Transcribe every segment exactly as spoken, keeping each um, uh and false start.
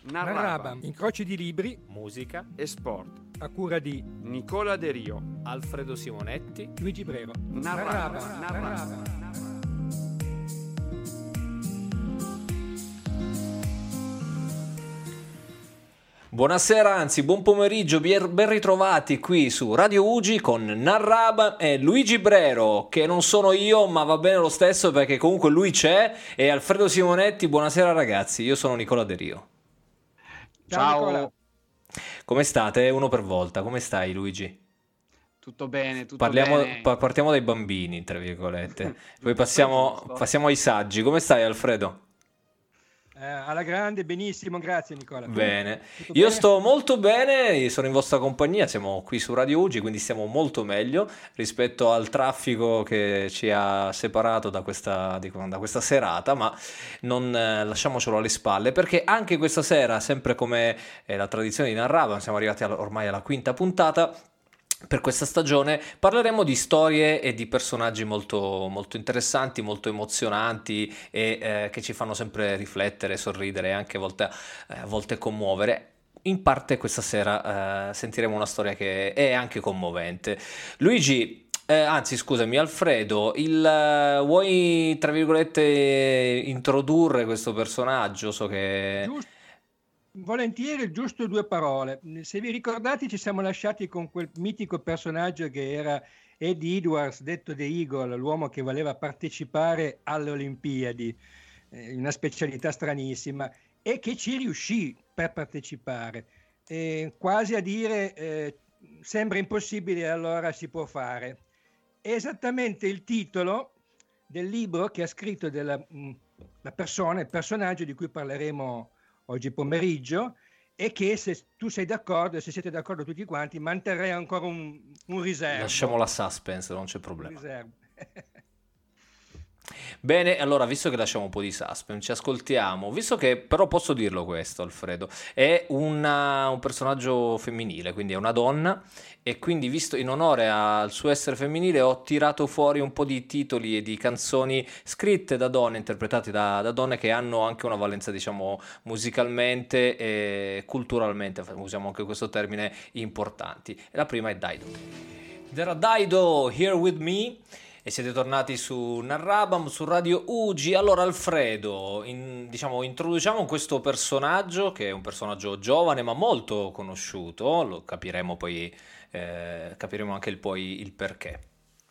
Narrabam, incroci di libri, musica e sport. A cura di Nicola De Rio, Alfredo Simonetti, Luigi Brero. Narrabam, Narrabam. Buonasera, anzi buon pomeriggio, ben ritrovati qui su Radio Ugi con Narrabam e Luigi Brero, che non sono io, ma va bene lo stesso perché comunque lui c'è, e Alfredo Simonetti. Buonasera ragazzi, io sono Nicola De Rio. Ciao, Nicola. Come state? Uno per volta, come stai Luigi? Tutto bene, tutto Parliamo, bene. pa- partiamo dai bambini, tra virgolette, poi passiamo, passiamo ai saggi. Come stai Alfredo? Eh, alla grande, benissimo, grazie Nicola. Bene, Tutto io bene? sto molto bene, sono in vostra compagnia, siamo qui su Radio Ugi, quindi stiamo molto meglio rispetto al traffico che ci ha separato da questa, di- da questa serata, ma non eh, lasciamocelo alle spalle, perché anche questa sera, sempre come è la tradizione di Narrabam, siamo arrivati alla- ormai alla quinta puntata. Per questa stagione parleremo di storie e di personaggi molto, molto interessanti, molto emozionanti e eh, che ci fanno sempre riflettere, sorridere e anche a volte, eh, a volte commuovere. In parte questa sera eh, sentiremo una storia che è anche commovente. Luigi, eh, anzi scusami Alfredo, il, eh, vuoi tra virgolette introdurre questo personaggio? So che... Giusto, volentieri, giusto due parole. Se vi ricordate, ci siamo lasciati con quel mitico personaggio che era Eddie Edwards, detto The Eagle, l'uomo che voleva partecipare alle Olimpiadi, eh, una specialità stranissima, e che ci riuscì per partecipare, eh, quasi a dire eh, sembra impossibile, allora si può fare. È esattamente il titolo del libro che ha scritto della, mh, la persona, il personaggio di cui parleremo oggi pomeriggio, e che, se tu sei d'accordo e se siete d'accordo tutti quanti, manterrei ancora un, un riservo. Lasciamo la suspense, non c'è Un problema. riservo. Bene, allora, visto che lasciamo un po' di suspense, ci ascoltiamo, visto che però posso dirlo questo, Alfredo, è una- un personaggio femminile, quindi è una donna, e quindi visto in onore al suo essere femminile ho tirato fuori un po' di titoli e di canzoni scritte da donne, interpretate da, da donne, che hanno anche una valenza, diciamo, musicalmente e culturalmente, usiamo anche questo termine, importanti. E la prima è Dido. Ed era Dido, Here With Me. E siete tornati su Narrabam, su Radio Ugi. Allora Alfredo, in- diciamo, introduciamo questo personaggio che è un personaggio giovane ma molto conosciuto, lo capiremo poi, eh, capiremo anche il, poi il perché.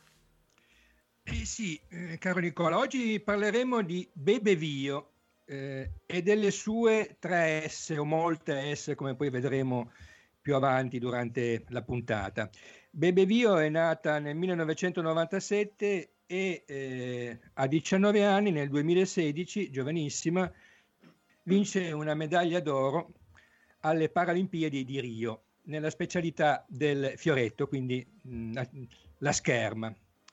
Eh sì, eh, caro Nicola, oggi parleremo di Bebe Vio eh, e delle sue tre S o molte S, come poi vedremo più avanti durante la puntata. Bebe Vio è nata nel millenovecentonovantasette e eh, a diciannove anni, nel duemilasedici, giovanissima, vince una medaglia d'oro alle Paralimpiadi di Rio nella specialità del fioretto, quindi mh, la, la scherma.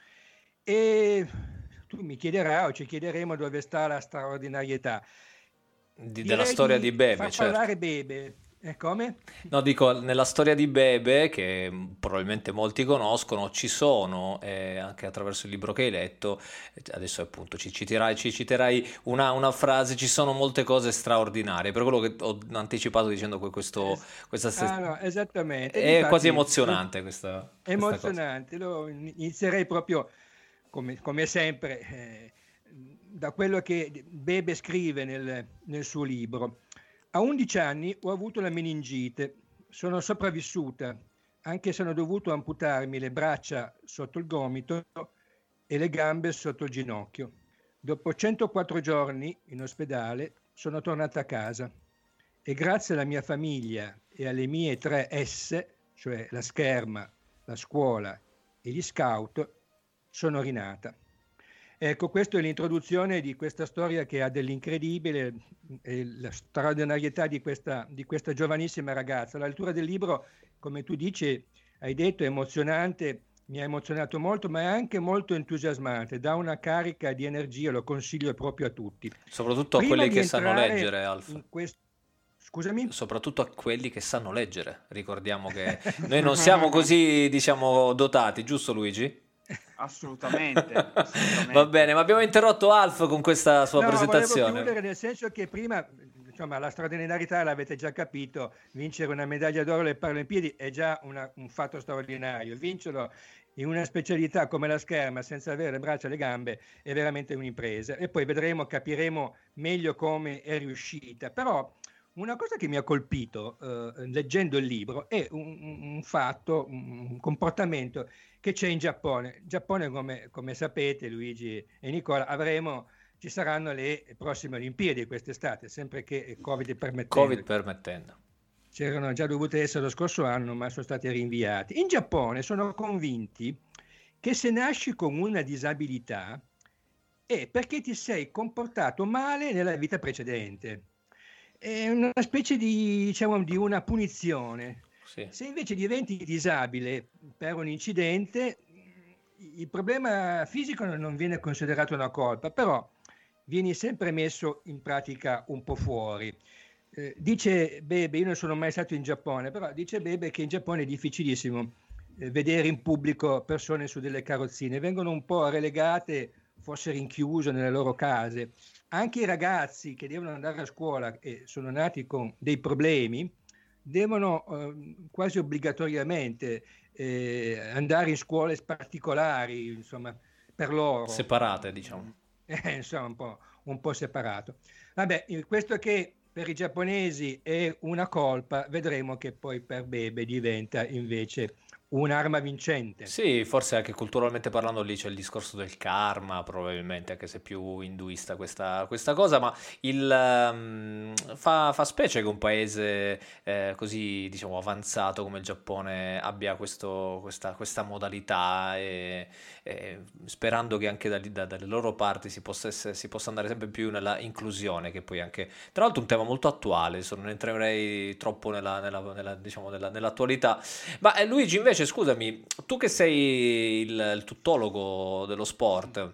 E tu mi chiederai o ci chiederemo dove sta la straordinarietà Di- Direi della storia di Bebe, far certo. parlare Bebe. E come? No, dico, nella storia di Bebe, che mh, probabilmente molti conoscono, ci sono, eh, anche attraverso il libro che hai letto, eh, adesso appunto ci citerai, ci citerai una, una frase, ci sono molte cose straordinarie, per quello che ho anticipato dicendo che questo, Es- questa se- ah, no, esattamente. è quasi Difatti, emozionante questa, lo- questa cosa. emozionante. Lo inizierei proprio come, come sempre eh, da quello che Bebe scrive nel, nel suo libro. A undici anni ho avuto la meningite, sono sopravvissuta, anche se hanno dovuto amputarmi le braccia sotto il gomito e le gambe sotto il ginocchio. Dopo centoquattro giorni in ospedale sono tornata a casa e grazie alla mia famiglia e alle mie tre S, cioè la scherma, la scuola e gli scout, sono rinata. Ecco, questa è l'introduzione di questa storia che ha dell'incredibile e la straordinarietà di questa, di questa giovanissima ragazza. La lettura del libro, come tu dici, hai detto, è emozionante, mi ha emozionato molto, ma è anche molto entusiasmante, dà una carica di energia, lo consiglio proprio a tutti. Soprattutto a Prima quelli di che sanno entrare leggere, Alf. in questo... Scusami? Soprattutto a quelli che sanno leggere. Ricordiamo che noi non siamo così, diciamo, dotati, giusto Luigi? Assolutamente, assolutamente. Va bene, ma abbiamo interrotto Alf con questa sua No, volevo presentazione. chiudere nel senso che prima insomma, la straordinarietà l'avete già capito, vincere una medaglia d'oro alle Paralimpiadi è già una, un fatto straordinario, vincerlo in una specialità come la scherma senza avere le braccia e le gambe è veramente un'impresa, e poi vedremo, capiremo meglio come è riuscita. Però una cosa che mi ha colpito eh, leggendo il libro è un, un fatto, un comportamento che c'è in Giappone. In Giappone, come, come sapete, Luigi e Nicola, avremo, ci saranno le prossime Olimpiadi quest'estate, sempre che Covid permettendo. Covid permettendo. C'erano già dovute essere lo scorso anno, ma sono stati rinviati. In Giappone sono convinti che se nasci con una disabilità è perché ti sei comportato male nella vita precedente. È una specie di, diciamo, di una punizione. Sì. Se invece diventi disabile per un incidente, il problema fisico non viene considerato una colpa, però vieni sempre messo in pratica un po' fuori. Eh, dice Bebe, io non sono mai stato in Giappone, però dice Bebe che in Giappone è difficilissimo eh, vedere in pubblico persone su delle carrozzine, vengono un po' relegate, forse rinchiuse nelle loro case. Anche i ragazzi che devono andare a scuola e sono nati con dei problemi devono eh, quasi obbligatoriamente eh, andare in scuole particolari, insomma, per loro. Separate, diciamo. Eh, insomma, un po', un po' separato. Vabbè, questo che per i giapponesi è una colpa, vedremo che poi per Bebe diventa invece un'arma vincente. Sì, forse anche culturalmente parlando lì c'è il discorso del karma, probabilmente, anche se più induista questa, questa cosa, ma il, um, fa, fa specie che un paese eh, così, diciamo, avanzato come il Giappone abbia questo, questa, questa modalità, e, e sperando che anche da, da, dalle loro parti si possa, essere, si possa andare sempre più nella inclusione, che poi anche, tra l'altro, un tema molto attuale, non entrerei troppo nella, nella, nella, diciamo, nella, nell'attualità. Ma eh, Luigi, invece, scusami, tu che sei il, il tuttologo dello sport,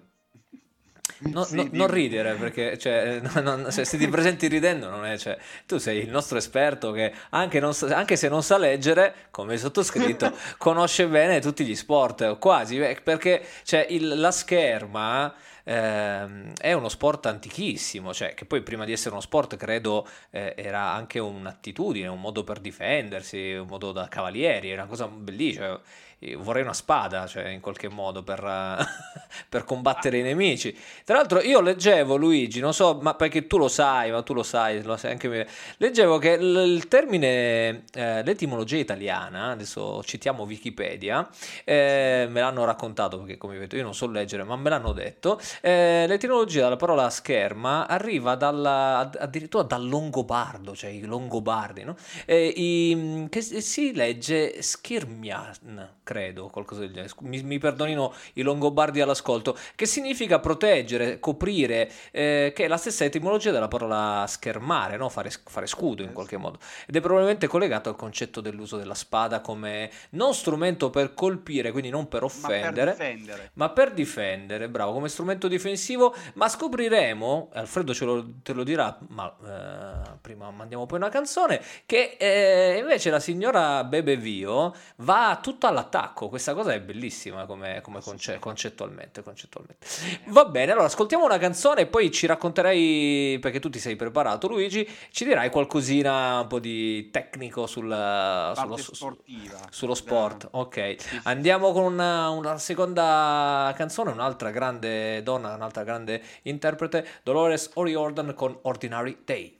no, Sì, no, non dimmi. ridere, perché cioè, no, non- se, se ti presenti ridendo non è, cioè, tu sei il nostro esperto che anche, non sa- anche se non sa leggere, come sottoscritto, conosce bene tutti gli sport, quasi, eh, perché cioè, il- la scherma ehm, è uno sport antichissimo, cioè, che poi prima di essere uno sport credo eh, era anche un'attitudine, un modo per difendersi, un modo da cavalieri, è una cosa bellissima. Cioè, io vorrei una spada, cioè, in qualche modo per, eh, per combattere i nemici. Tra l'altro io leggevo, Luigi, non so, ma perché tu lo sai, ma tu lo sai, lo sai anche me. Leggevo che il, il termine, eh, l'etimologia italiana, adesso citiamo Wikipedia, eh, me l'hanno raccontato perché, come vedete, io non so leggere, ma me l'hanno detto. Eh, l'etimologia della parola scherma arriva dalla, addirittura dal longobardo, cioè i longobardi, no? Eh, i- che si si legge skirmian, credo, qualcosa del genere. Scu- Mi, mi perdonino i longobardi all'ascolto, che significa proteggere, coprire, eh, che è la stessa etimologia della parola schermare, no? Fare, fare scudo in qualche modo. Ed è probabilmente collegato al concetto dell'uso della spada come non strumento per colpire, quindi non per Ma per offendere, difendere. ma per difendere, bravo, come strumento difensivo. Ma scopriremo, Alfredo ce lo, te lo dirà, ma eh, prima mandiamo poi una canzone, che eh, invece la signora Bebe Vio va tutto all'attacco. Questa cosa è bellissima come, come conce- concettualmente, concettualmente. Va bene, allora ascoltiamo una canzone e poi ci racconterai, perché tu ti sei preparato, Luigi, ci dirai qualcosina un po' di tecnico sul, sullo, Parte su- sportiva. sullo sport. Da- Ok, Sì, sì, andiamo con una, una seconda canzone, un'altra grande donna, un'altra grande interprete, Dolores O'Riordan con Ordinary Day.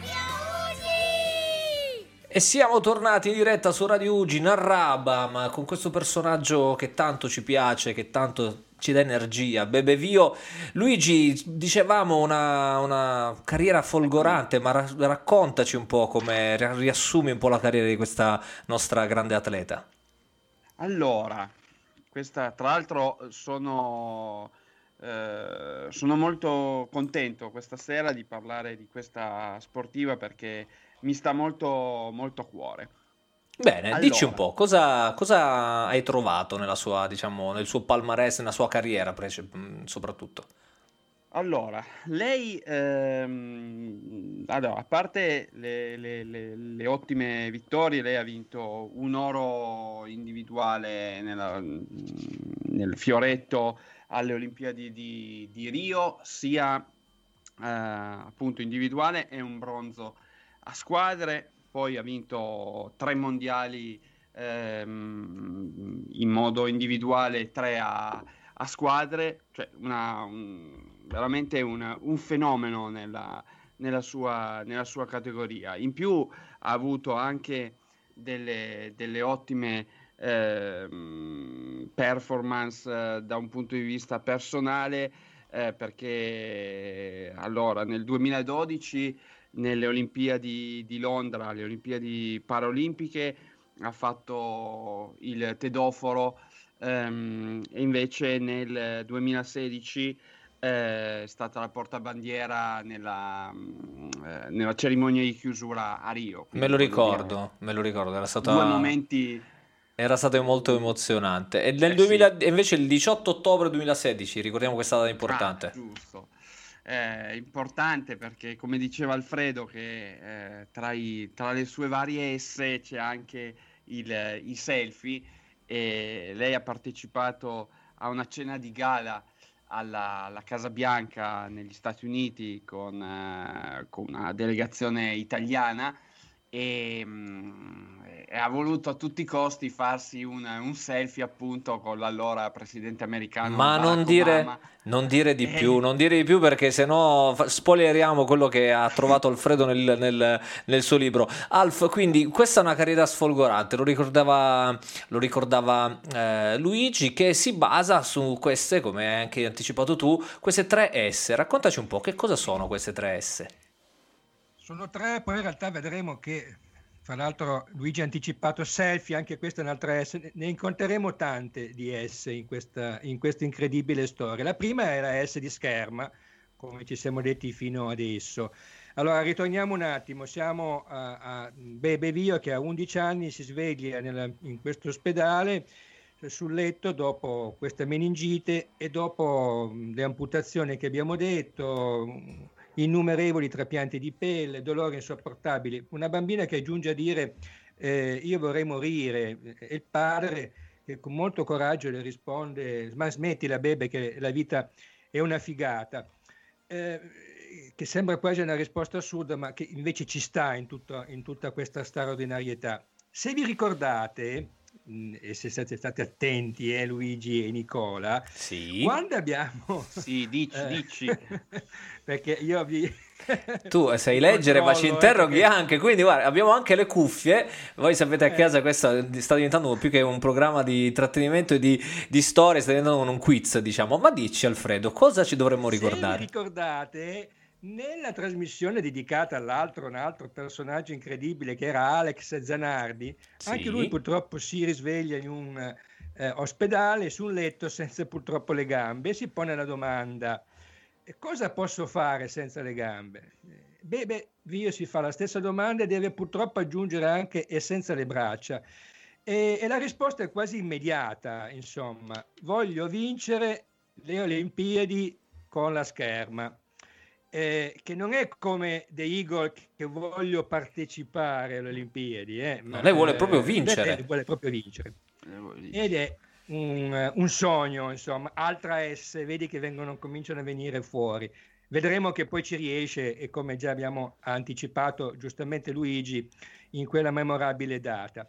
E siamo tornati in diretta su Radio Ugi, Narrabam, con questo personaggio che tanto ci piace, che tanto ci dà energia, Bebe Vio. Luigi, dicevamo una, una carriera folgorante, ma ra- raccontaci un po' come ri- riassumi un po' la carriera di questa nostra grande atleta. Allora, questa tra l'altro sono, eh, sono molto contento questa sera di parlare di questa sportiva perché mi sta molto, molto a cuore. Bene, dici un Allora, po', cosa, cosa hai trovato nella sua, diciamo, nel suo palmarès, nella sua carriera, prece- mh, soprattutto? allora, lei, ehm, allora, a parte le, le- le- le ottime vittorie, lei ha vinto un oro individuale nella- nel fioretto alle Olimpiadi di, di Rio, sia appunto individuale e un bronzo a squadre. Poi ha vinto tre mondiali ehm, in modo individuale, tre a, a squadre, cioè una, un, veramente una, un fenomeno nella, nella, sua, nella sua categoria. In più ha avuto anche delle, delle ottime ehm, performance eh, da un punto di vista personale, eh, perché allora nel duemiladodici nelle Olimpiadi di Londra, le Olimpiadi Paralimpiche, ha fatto il tedoforo, ehm, e invece nel duemilasedici eh, è stata la portabandiera nella, eh, nella cerimonia di chiusura a Rio. Me lo ricordo, me lo ricordo, era stata... Due momenti... Era stato molto emozionante. E nel Eh, duemila, sì. invece il diciotto ottobre duemilasedici, ricordiamo questa data importante. Ah, giusto. È importante perché, come diceva Alfredo, che eh, tra, i, tra le sue varie esse c'è anche il, i selfie, e lei ha partecipato a una cena di gala alla, alla Casa Bianca negli Stati Uniti con, eh, con una delegazione italiana, e, mh, e ha voluto a tutti i costi farsi un, un selfie appunto con l'allora presidente americano Ma non Barack dire, Obama. non dire di più, E- non dire di più perché sennò fa- spoileriamo quello che ha trovato Alfredo nel, nel- nel suo libro. Alf, quindi questa è una carriera sfolgorante, lo ricordava, lo ricordava eh, Luigi, che si basa su queste, come hai anche anticipato tu, queste tre S. Raccontaci un po' che cosa sono queste tre S. Sono tre, poi in realtà vedremo che, tra l'altro, Luigi ha anticipato selfie, anche questa è un'altra S, ne incontreremo tante di S in questa, in questa incredibile storia. La prima è la S di scherma, come ci siamo detti fino adesso. Allora, ritorniamo un attimo, siamo a, a Bebe Vio che a undici anni si sveglia nella, in questo ospedale, sul letto dopo questa meningite e dopo le amputazioni che abbiamo detto, innumerevoli trapianti di pelle, dolori insopportabili. Una bambina che giunge a dire eh, io vorrei morire, e il padre che con molto coraggio le risponde ma smettila Bebe che la vita è una figata, eh, che sembra quasi una risposta assurda ma che invece ci sta in, tutto, in tutta questa straordinarietà. Se vi ricordate, e se siete stati attenti, eh, Luigi e Nicola, Sì. quando abbiamo... Sì, dici, eh, dici. perché io vi... Tu sai vi leggere ma ci controllo, interroghi eh, perché... anche, quindi guarda, abbiamo anche le cuffie, voi sapete a Eh. casa questo sta diventando più che un programma di intrattenimento e di, di storie, sta diventando un quiz, diciamo. Ma dici Alfredo, cosa ci dovremmo ricordare? Se vi ricordate, nella trasmissione dedicata all'altro, un altro personaggio incredibile che era Alex Zanardi, Sì. anche lui purtroppo si risveglia in un eh, ospedale su un letto senza purtroppo le gambe e si pone la domanda: cosa posso fare senza le gambe? Bebe Vio si fa la stessa domanda e deve purtroppo aggiungere anche e senza le braccia. E, e la risposta è quasi immediata, insomma, voglio vincere le Olimpiadi con la scherma. Eh, che non è come The Eagle che voglio partecipare alle Olimpiadi, eh, No, lei vuole proprio eh, vincere. Bebe vuole proprio vincere. Ed è un, un sogno, insomma, altra S, vedi che vengono, cominciano a venire fuori. Vedremo che poi ci riesce e come già abbiamo anticipato giustamente Luigi in quella memorabile data.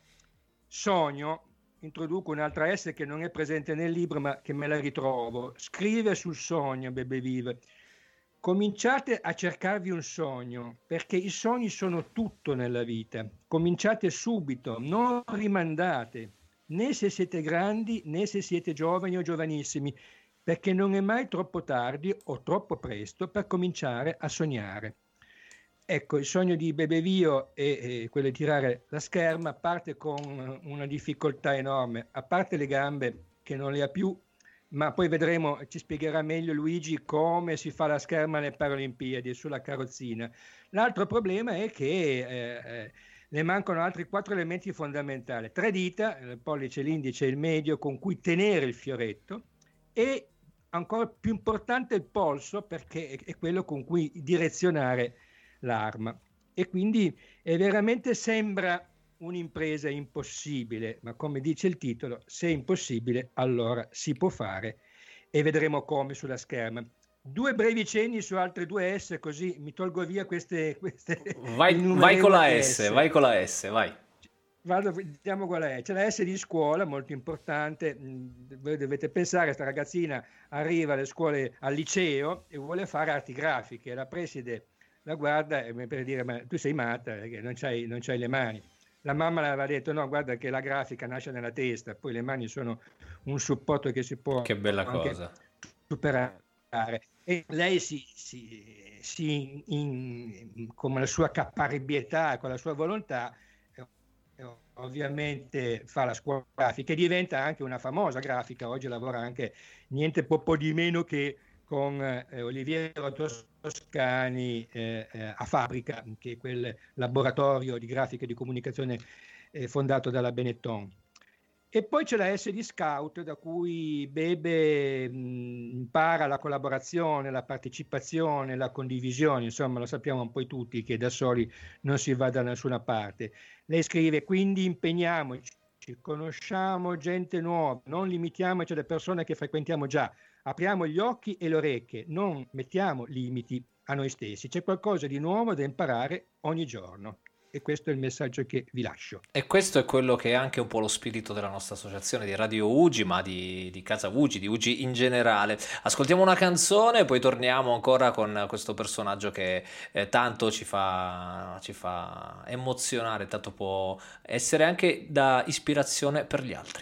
Sogno, introduco un'altra S che non è presente nel libro ma che me la ritrovo. Scrive sul sogno Bebe Vive. Cominciate a cercarvi un sogno, perché i sogni sono tutto nella vita. Cominciate subito, non rimandate, né se siete grandi né se siete giovani o giovanissimi, perché non è mai troppo tardi o troppo presto per cominciare a sognare. Ecco, il sogno di Bebe Vio è, è quello di tirare la scherma, parte con una difficoltà enorme, a parte le gambe che non le ha più, ma poi vedremo, ci spiegherà meglio Luigi come si fa la scherma alle Paralimpiadi sulla carrozzina. L'altro problema è che eh, ne mancano altri quattro elementi fondamentali: tre dita, il pollice, l'indice e il medio, con cui tenere il fioretto, e ancora più importante il polso, perché è quello con cui direzionare l'arma. E quindi è veramente sembra un'impresa impossibile, ma come dice il titolo, se è impossibile allora si può fare, e vedremo come sulla scherma. due brevi cenni su altre due S, così mi tolgo via queste, queste Vai, vai con la S, S. vai con la S, vai. Vado, vediamo qual è. C'è la S di scuola, molto importante. Voi dovete pensare, questa ragazzina arriva alle scuole, al liceo, e vuole fare arti grafiche. La preside la guarda e per dire: ma tu sei matta, perché non c'hai, non c'hai le mani. La mamma le aveva detto: no, guarda che la grafica nasce nella testa, poi le mani sono un supporto che si può che bella anche cosa. superare. E lei si, si, si in, con la sua caparibietà, con la sua volontà, ovviamente fa la scuola grafica e diventa anche una famosa grafica. Oggi lavora anche niente po', po' di meno che con eh, Oliviero Toscani eh, eh, a Fabbrica, che è quel laboratorio di grafica e di comunicazione eh, fondato dalla Benetton. E poi c'è la S di Scout, da cui Bebe mh, impara la collaborazione, la partecipazione, la condivisione. Insomma, lo sappiamo un po' tutti che da soli non si va da nessuna parte. Lei scrive: quindi impegniamoci, conosciamo gente nuova, non limitiamoci alle persone che frequentiamo già, apriamo gli occhi e le orecchie, non mettiamo limiti a noi stessi. C'è qualcosa di nuovo da imparare ogni giorno. E questo è il messaggio che vi lascio. E questo è quello che è anche un po' lo spirito della nostra associazione di Radio U G I, ma di, di Casa U G I, di U G I in generale. Ascoltiamo una canzone e poi torniamo ancora con questo personaggio che eh, tanto ci fa, ci fa emozionare, tanto può essere anche da ispirazione per gli altri.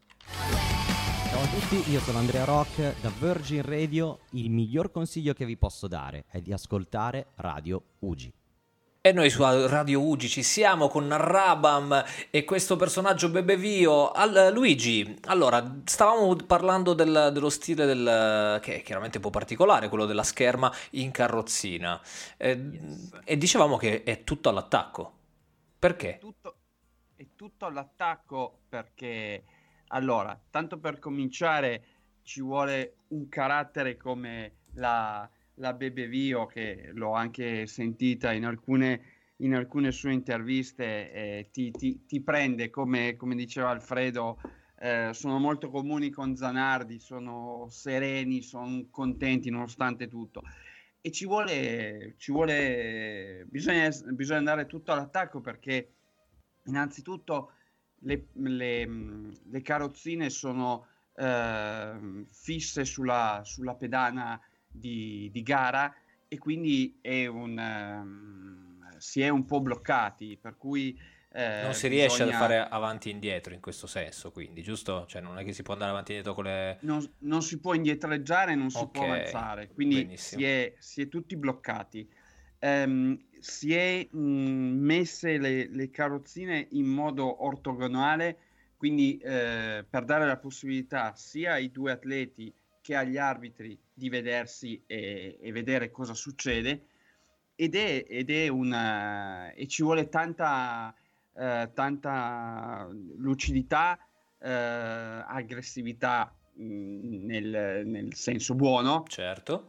Ciao a tutti, io sono Andrea Rock da Virgin Radio. Il miglior consiglio che vi posso dare è di ascoltare Radio U G I. E noi su Radio U G I ci siamo con Rabam e questo personaggio Bebevio. Al, Luigi, allora, stavamo parlando del, dello stile del, che è chiaramente un po' particolare, quello della scherma in carrozzina. Eh, yes. E dicevamo che è tutto all'attacco. Perché? È tutto, è tutto all'attacco perché, allora, tanto per cominciare ci vuole un carattere come la... la Bebevio, che l'ho anche sentita in alcune, in alcune sue interviste, eh, ti, ti, ti prende, come, come diceva Alfredo, eh, sono molto comuni con Zanardi, sono sereni, sono contenti nonostante tutto. E ci vuole, ci vuole bisogna, bisogna andare tutto all'attacco, perché innanzitutto le, le, le carrozzine sono eh, fisse sulla, sulla pedana Di, di gara, e quindi è un, um, si è un po' bloccati, per cui eh, non si bisogna... riesce a fare avanti e indietro in questo senso, quindi giusto? Cioè non è che si può andare avanti e indietro con le... non, non si può indietreggiare, non si Ok, può avanzare, quindi si è, si è tutti bloccati. Um, si è mh, messe le, le carrozzine in modo ortogonale, quindi eh, per dare la possibilità sia ai due atleti che agli arbitri di vedersi e, e vedere cosa succede, ed è, ed è una, e ci vuole tanta, eh, tanta lucidità, eh, aggressività mh, nel, nel senso buono, certo,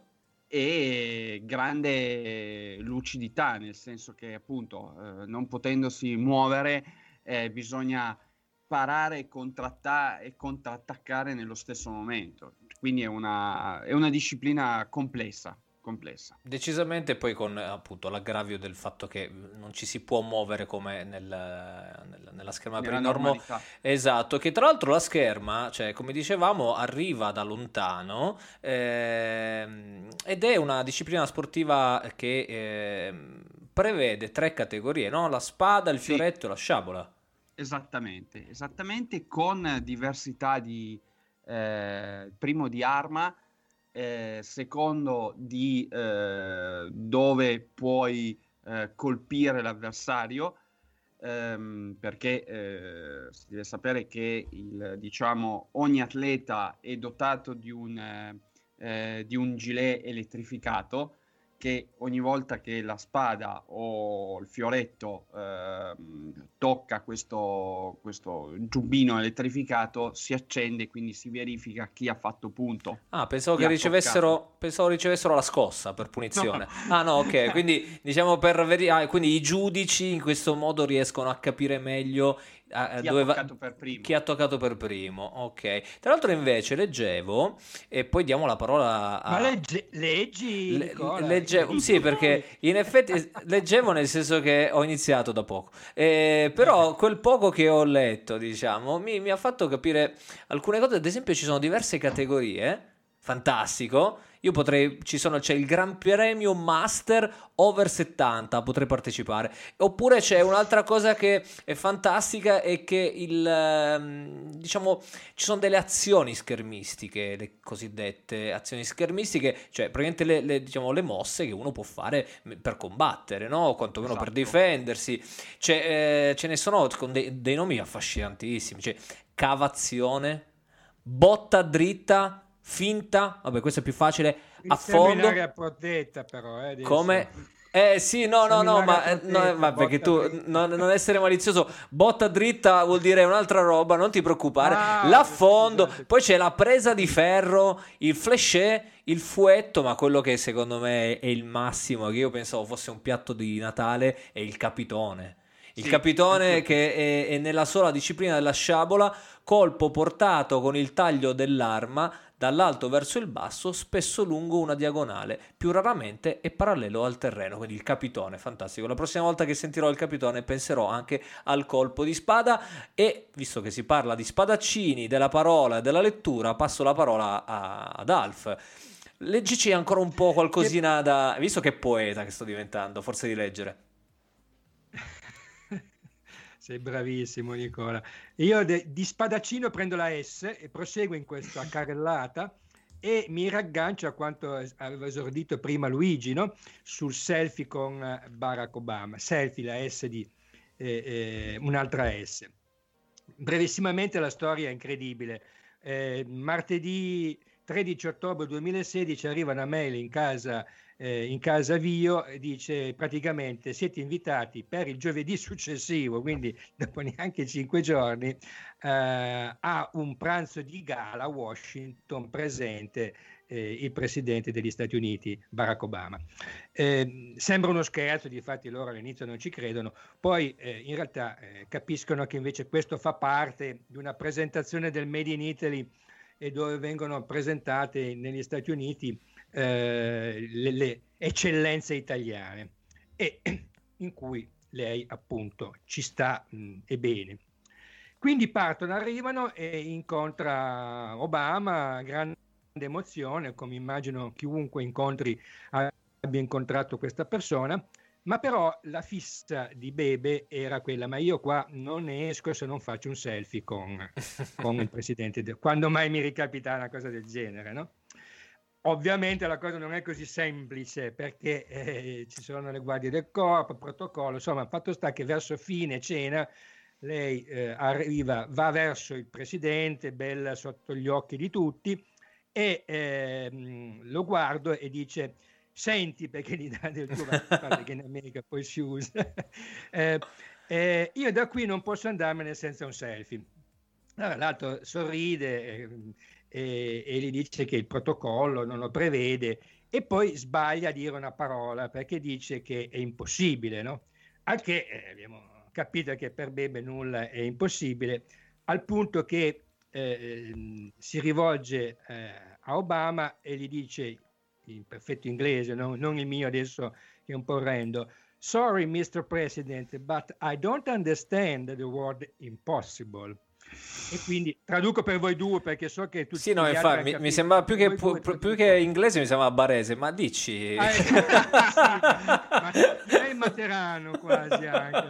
e grande lucidità, nel senso che appunto eh, non potendosi muovere eh, bisogna parare e, contratta- e contrattaccare nello stesso momento. Quindi è una, è una disciplina complessa, complessa. Decisamente, poi con appunto l'aggravio del fatto che non ci si può muovere come nel, nel, nella scherma per il normo. Esatto, che tra l'altro la scherma, cioè come dicevamo, arriva da lontano ehm, ed è una disciplina sportiva che eh, prevede tre categorie, no? La spada, il fioretto sì. e la sciabola. Esattamente, esattamente, con diversità di eh, primo di arma, eh, secondo di eh, dove puoi eh, colpire l'avversario, ehm, perché eh, si deve sapere che il, diciamo, ogni atleta è dotato di un, eh, di un gilet elettrificato, che ogni volta che la spada o il fioretto eh, tocca questo, questo giubbino elettrificato si accende, quindi si verifica chi ha fatto punto. Ah, pensavo che ricevessero, pensavo ricevessero la scossa per punizione. No. Ah no, ok, quindi diciamo per veri- ah, quindi i giudici in questo modo riescono a capire meglio a- Chi ha dove va- toccato per primo. chi ha toccato per primo, ok. Tra l'altro invece leggevo, e poi diamo la parola Ma a... legge- leggi, Le- Nicola? leggevo, Dici sì, perché poi. in effetti leggevo nel senso che ho iniziato da poco. Eh, però quel poco che ho letto, diciamo, mi, mi ha fatto capire alcune cose. Ad esempio, ci sono diverse categorie. Fantastico. Io potrei, ci sono, c'è il Gran Premio Master over settanta, potrei partecipare. Oppure c'è un'altra cosa che è fantastica, è che il, ehm, diciamo, ci sono delle azioni schermistiche, le cosiddette azioni schermistiche, cioè praticamente le, le, diciamo, le mosse che uno può fare per combattere, no? O quantomeno per Esatto. difendersi. C'è, eh, ce ne sono con dei, dei nomi affascinantissimi, cioè cavazione, botta dritta, finta, vabbè, questo è più facile, a Siamo in fondo, area protetta però, eh, adesso. come... Eh sì, no, no, Siamo in no, area ma eh, protetta, no, vabbè, che botta tu dritta. non, non essere malizioso, botta dritta vuol dire un'altra roba, non ti preoccupare. Ah, L'affondo, scusate. poi c'è la presa di ferro, il flèche, il fuetto, ma quello che secondo me è il massimo, che io pensavo fosse un piatto di Natale, è il capitone. Il Sì, capitone anch'io. che è, è nella sola disciplina della sciabola, colpo portato con il taglio dell'arma dall'alto verso il basso, spesso lungo una diagonale, più raramente è parallelo al terreno, quindi il capitone, fantastico. La prossima volta che sentirò il capitone penserò anche al colpo di spada e, visto che si parla di spadaccini, della parola e della lettura, passo la parola a- ad Alf. Leggici ancora un po' qualcosina da... visto che poeta che sto diventando, forse di leggere. Sei bravissimo, Nicola. Io de- di spadaccino prendo la S e proseguo in questa carrellata e mi raggancio a quanto es- aveva esordito prima Luigi, no? Sul selfie con eh, Barack Obama. Selfie, la S di eh, eh, un'altra S. Brevissimamente la storia è incredibile. Eh, martedì tredici ottobre duemilasedici arriva una mail in casa, eh, in casa Vio e dice praticamente siete invitati per il giovedì successivo, quindi dopo neanche cinque giorni, eh, a un pranzo di gala a Washington, presente eh, il presidente degli Stati Uniti, Barack Obama. Eh, sembra uno scherzo, difatti loro all'inizio non ci credono, poi eh, in realtà eh, capiscono che invece questo fa parte di una presentazione del Made in Italy e dove vengono presentate negli Stati Uniti eh, le, le eccellenze italiane e in cui lei appunto ci sta mh, e bene. Quindi partono, arrivano e incontra Obama, grande emozione, come immagino chiunque incontri abbia incontrato questa persona. Ma però la fissa di Bebe era quella, ma io qua non ne esco se non faccio un selfie con, con il presidente, de- quando mai mi ricapita una cosa del genere, no? Ovviamente la cosa non è così semplice perché eh, ci sono le guardie del corpo, protocollo, insomma, fatto sta che verso fine cena lei eh, arriva, va verso il presidente, bella sotto gli occhi di tutti, e ehm, lo guardo e dice: senti, perché gli dà del tuo, che in America poi si usa, eh, eh, io da qui non posso andarmene senza un selfie. Allora, l'altro sorride eh, e, e gli dice che il protocollo non lo prevede e poi sbaglia a dire una parola perché dice che è impossibile, no? Al che eh, abbiamo capito che per Bebe nulla è impossibile, al punto che eh, si rivolge eh, a Obama e gli dice in perfetto inglese, no? Non il mio adesso che è un po' orrendo: sorry mister President, but I don't understand the word impossible. E quindi traduco per voi due perché so che tutti Sì, no, gli altri infatti, hanno mi, mi capito. sembra più che, Voi pu- due più traduco. che inglese, mi sembra barese, ma dici... Ah, ecco, sì, ma lei materano quasi anche.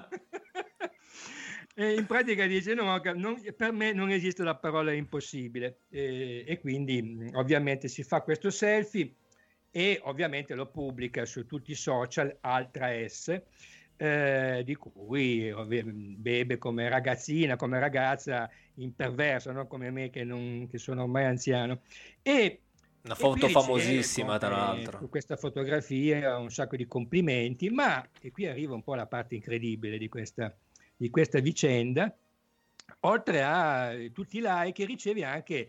E in pratica dice no, non, per me non esiste la parola impossibile e, e quindi ovviamente si fa questo selfie e ovviamente lo pubblica su tutti i social, altra S, eh, di cui ovvi- Bebe come ragazzina, come ragazza imperversa, no? Come me che, non, che sono ormai anziano. E Una e qui foto riceve, famosissima, tra come l'altro. su questa fotografia, un sacco di complimenti, ma e qui arriva un po' la parte incredibile di questa, di questa vicenda. Oltre a tutti i like, riceve anche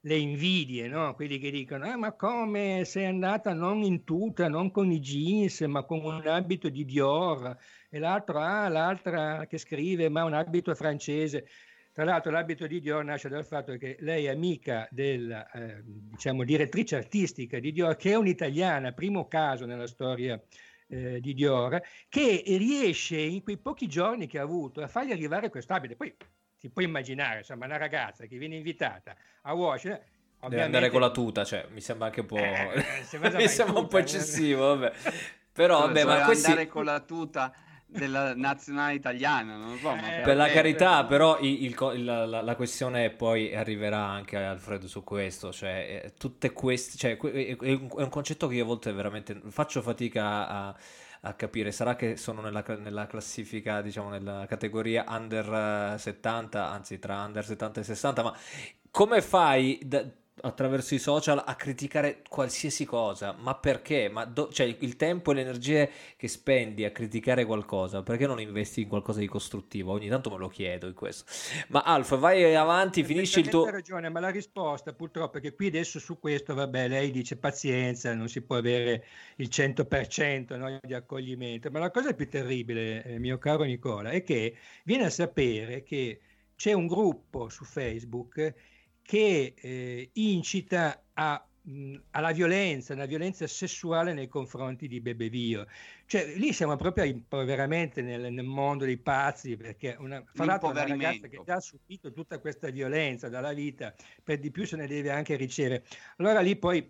le invidie, no? Quelli che dicono ah, ma come sei andata non in tuta, non con i jeans, ma con un abito di Dior, e l'altro ah, l'altra che scrive ma un abito francese. Tra l'altro l'abito di Dior nasce dal fatto che lei è amica della eh, diciamo, direttrice artistica di Dior, che è un'italiana, primo caso nella storia eh, di Dior, che riesce in quei pochi giorni che ha avuto a fargli arrivare quest'abito. Poi ti puoi immaginare, insomma, una ragazza che viene invitata a Washington, deve andare con la tuta, cioè mi sembra anche un po', eh, mi sembra un po' eccessivo, vabbè. Però vabbè, ma questi... andare con la tuta della nazionale italiana, non lo so, ma per la carità, però il, il, il, la, la questione poi arriverà anche a Alfredo su questo, cioè eh, tutte queste, cioè è un, è un concetto che io a volte veramente faccio fatica a, a capire. Sarà che sono nella, nella classifica, diciamo nella categoria under settanta, anzi tra under settanta e sessanta, ma come fai da, attraverso i social a criticare qualsiasi cosa? Ma perché? Ma do, cioè il tempo e le energie che spendi a criticare qualcosa, perché non investi in qualcosa di costruttivo? Ogni tanto me lo chiedo in questo. Ma Alf, vai avanti, finisci il tuo... Hai ragione, ma la risposta purtroppo è che qui adesso su questo, vabbè, lei dice pazienza, non si può avere il cento per cento, no, di accoglimento, ma la cosa più terribile, eh, mio caro Nicola, è che viene a sapere che c'è un gruppo su Facebook che eh, incita a, mh, alla violenza, una violenza sessuale nei confronti di Bebe Vio. Cioè lì siamo proprio in, veramente nel, nel mondo dei pazzi, perché una, fra l'altro una ragazza che già ha subito tutta questa violenza dalla vita, per di più se ne deve anche ricevere. Allora lì poi,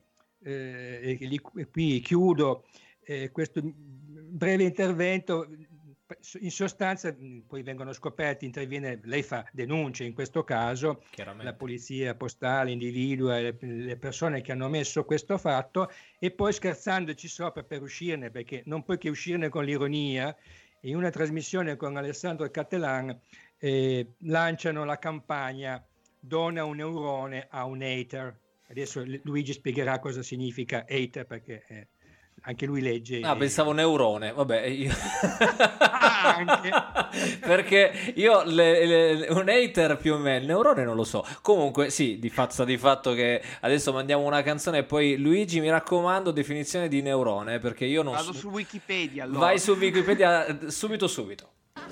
eh, lì, qui chiudo eh, questo breve intervento. In sostanza poi vengono scoperti, interviene, lei fa denunce in questo caso, la polizia postale individua le, le persone che hanno messo questo fatto e poi scherzandoci sopra per uscirne, perché non puoi che uscirne con l'ironia, in una trasmissione con Alessandro Cattelan eh, lanciano la campagna dona un neurone a un hater. Adesso Luigi spiegherà cosa significa hater, perché eh, anche lui legge. Ah, e... pensavo neurone, vabbè, io... ah, anche. Perché io le, le, un hater più o meno, il neurone non lo so. Comunque sì, di fatto di fatto che adesso mandiamo una canzone e poi Luigi, mi raccomando, definizione di neurone, perché io non vado so... su Wikipedia allora. Vai su Wikipedia subito subito.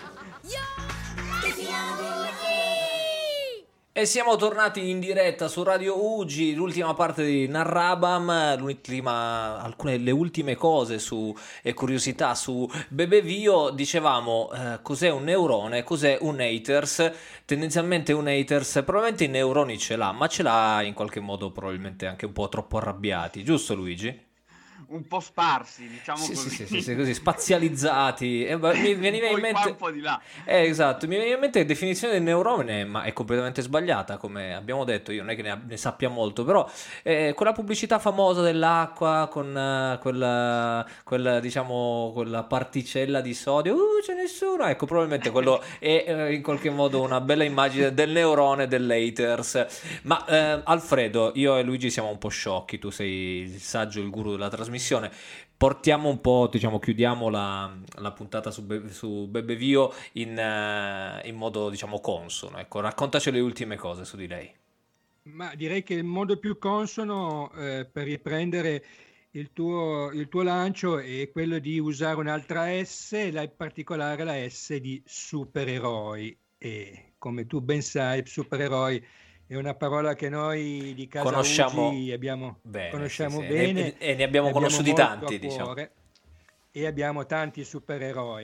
E siamo tornati in diretta su Radio Ugi, l'ultima parte di Narrabam, l'ultima, alcune le ultime cose su e curiosità su Bebe Vio. Dicevamo eh, cos'è un neurone, cos'è un haters. Tendenzialmente un haters probabilmente i neuroni ce l'ha, ma ce l'ha in qualche modo probabilmente anche un po' troppo arrabbiati, giusto Luigi? Un po' sparsi, diciamo sì, così. Sì, sì, sì, così spazializzati. E beh, mi veniva in mente un po' di là. Eh, esatto, mi veniva in mente la definizione del neurone, ma è completamente sbagliata, come abbiamo detto. Io non è che ne, ne sappia molto, però eh, quella pubblicità famosa dell'acqua con uh, quella, quella, diciamo, quella particella di sodio, uh, c'è nessuno. Ecco, probabilmente quello è eh, in qualche modo una bella immagine del neurone dell'haters. Ma eh, Alfredo, io e Luigi siamo un po' sciocchi, tu sei il saggio, il guru della trasmissione. Portiamo un po', diciamo, chiudiamo la, la puntata su, Be- su Bebe Vio in, uh, in modo, diciamo, consono. Ecco, raccontaci le ultime cose su di lei. Ma direi che il modo più consono eh, per riprendere il tuo, il tuo lancio è quello di usare un'altra S, in particolare la S di supereroi. E come tu ben sai, supereroi è una parola che noi di Casa conosciamo Ugi abbiamo, bene, conosciamo sì, sì. bene e ne abbiamo conosciuti tanti, diciamo. E abbiamo tanti supereroi.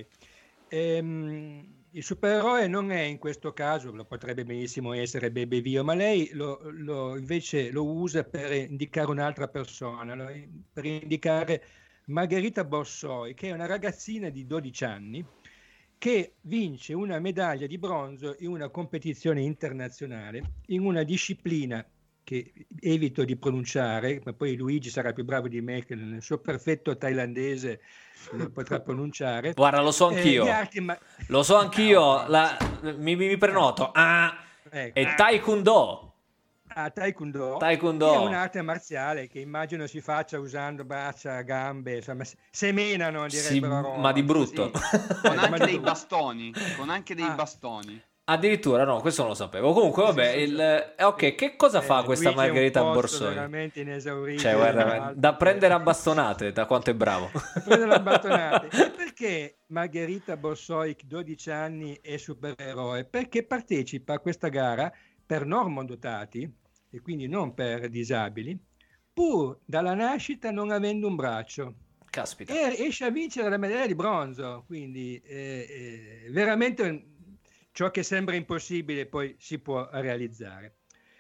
Ehm, il supereroe non è in questo caso, lo potrebbe benissimo essere Bebe Vio, ma lei lo, lo, invece lo usa per indicare un'altra persona, lo, per indicare Margherita Borsoi, che è una ragazzina di dodici anni che vince una medaglia di bronzo in una competizione internazionale in una disciplina che evito di pronunciare, ma poi Luigi sarà più bravo di me che nel suo perfetto thailandese lo potrà pronunciare. Guarda, lo so anch'io, eh, arti, ma... lo so anch'io, la, mi, mi prenoto, ah, ecco. È Taekwondo. Ah, taekwondo, taekwondo è un'arte marziale che immagino si faccia usando braccia, gambe, insomma, semenano, direbbero sì, ma di brutto, sì. Con anche dei bastoni, con anche dei ah. bastoni. Addirittura no, questo non lo sapevo. Comunque, vabbè, Sì, sì, il... eh, ok, che cosa fa Eh, questa Luigi è un Margherita posto Borsoi? veramente inesauribile. Cioè, guarda, altro da che- prendere a bastonate, da quanto è bravo. Da prendere a bastonate. E perché Margherita Borsoi, dodici anni, è supereroe? Perché partecipa a questa gara per normodotati, e quindi non per disabili, pur dalla nascita non avendo un braccio. Caspita. E riesce a vincere la medaglia di bronzo, quindi eh, eh, veramente ciò che sembra impossibile poi si può realizzare.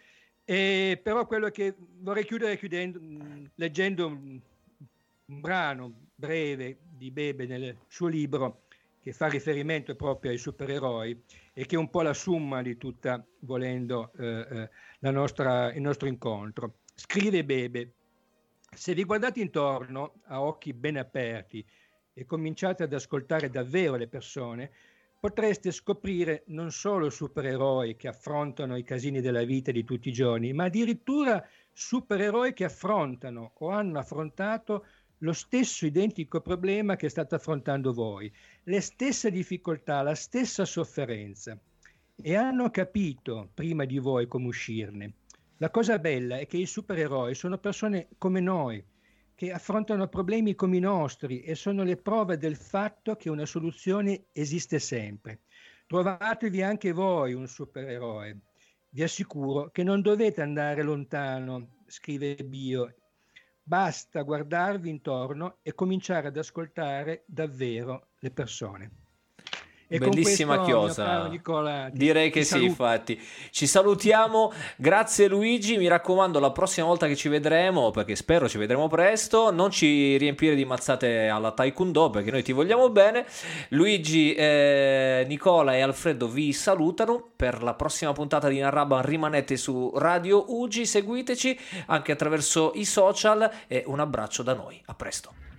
E però quello che vorrei chiudere chiudendo, mh, leggendo un, un brano breve di Bebe nel suo libro che fa riferimento proprio ai supereroi e che è un po' la summa di tutta, volendo, eh, eh, la nostra, il nostro incontro. Scrive Bebe: se vi guardate intorno a occhi ben aperti e cominciate ad ascoltare davvero le persone, potreste scoprire non solo supereroi che affrontano i casini della vita di tutti i giorni, ma addirittura supereroi che affrontano o hanno affrontato lo stesso identico problema che state affrontando voi, le stesse difficoltà, la stessa sofferenza, e hanno capito prima di voi come uscirne. La cosa bella è che i supereroi sono persone come noi, che affrontano problemi come i nostri e sono le prove del fatto che una soluzione esiste sempre. Trovatevi anche voi un supereroe. Vi assicuro che non dovete andare lontano, scrive Bio. Basta guardarvi intorno e cominciare ad ascoltare davvero le persone. E Bellissima con questo, chiosa. mio caro Nicola, ti- Direi ti che sì, saluto. infatti. Ci salutiamo. Grazie Luigi, mi raccomando, la prossima volta che ci vedremo, perché spero ci vedremo presto, non ci riempire di mazzate alla Taekwondo, perché noi ti vogliamo bene. Luigi, eh, Nicola e Alfredo vi salutano. Per la prossima puntata di Narrabban rimanete su Radio Ugi, seguiteci anche attraverso i social e un abbraccio da noi. A presto.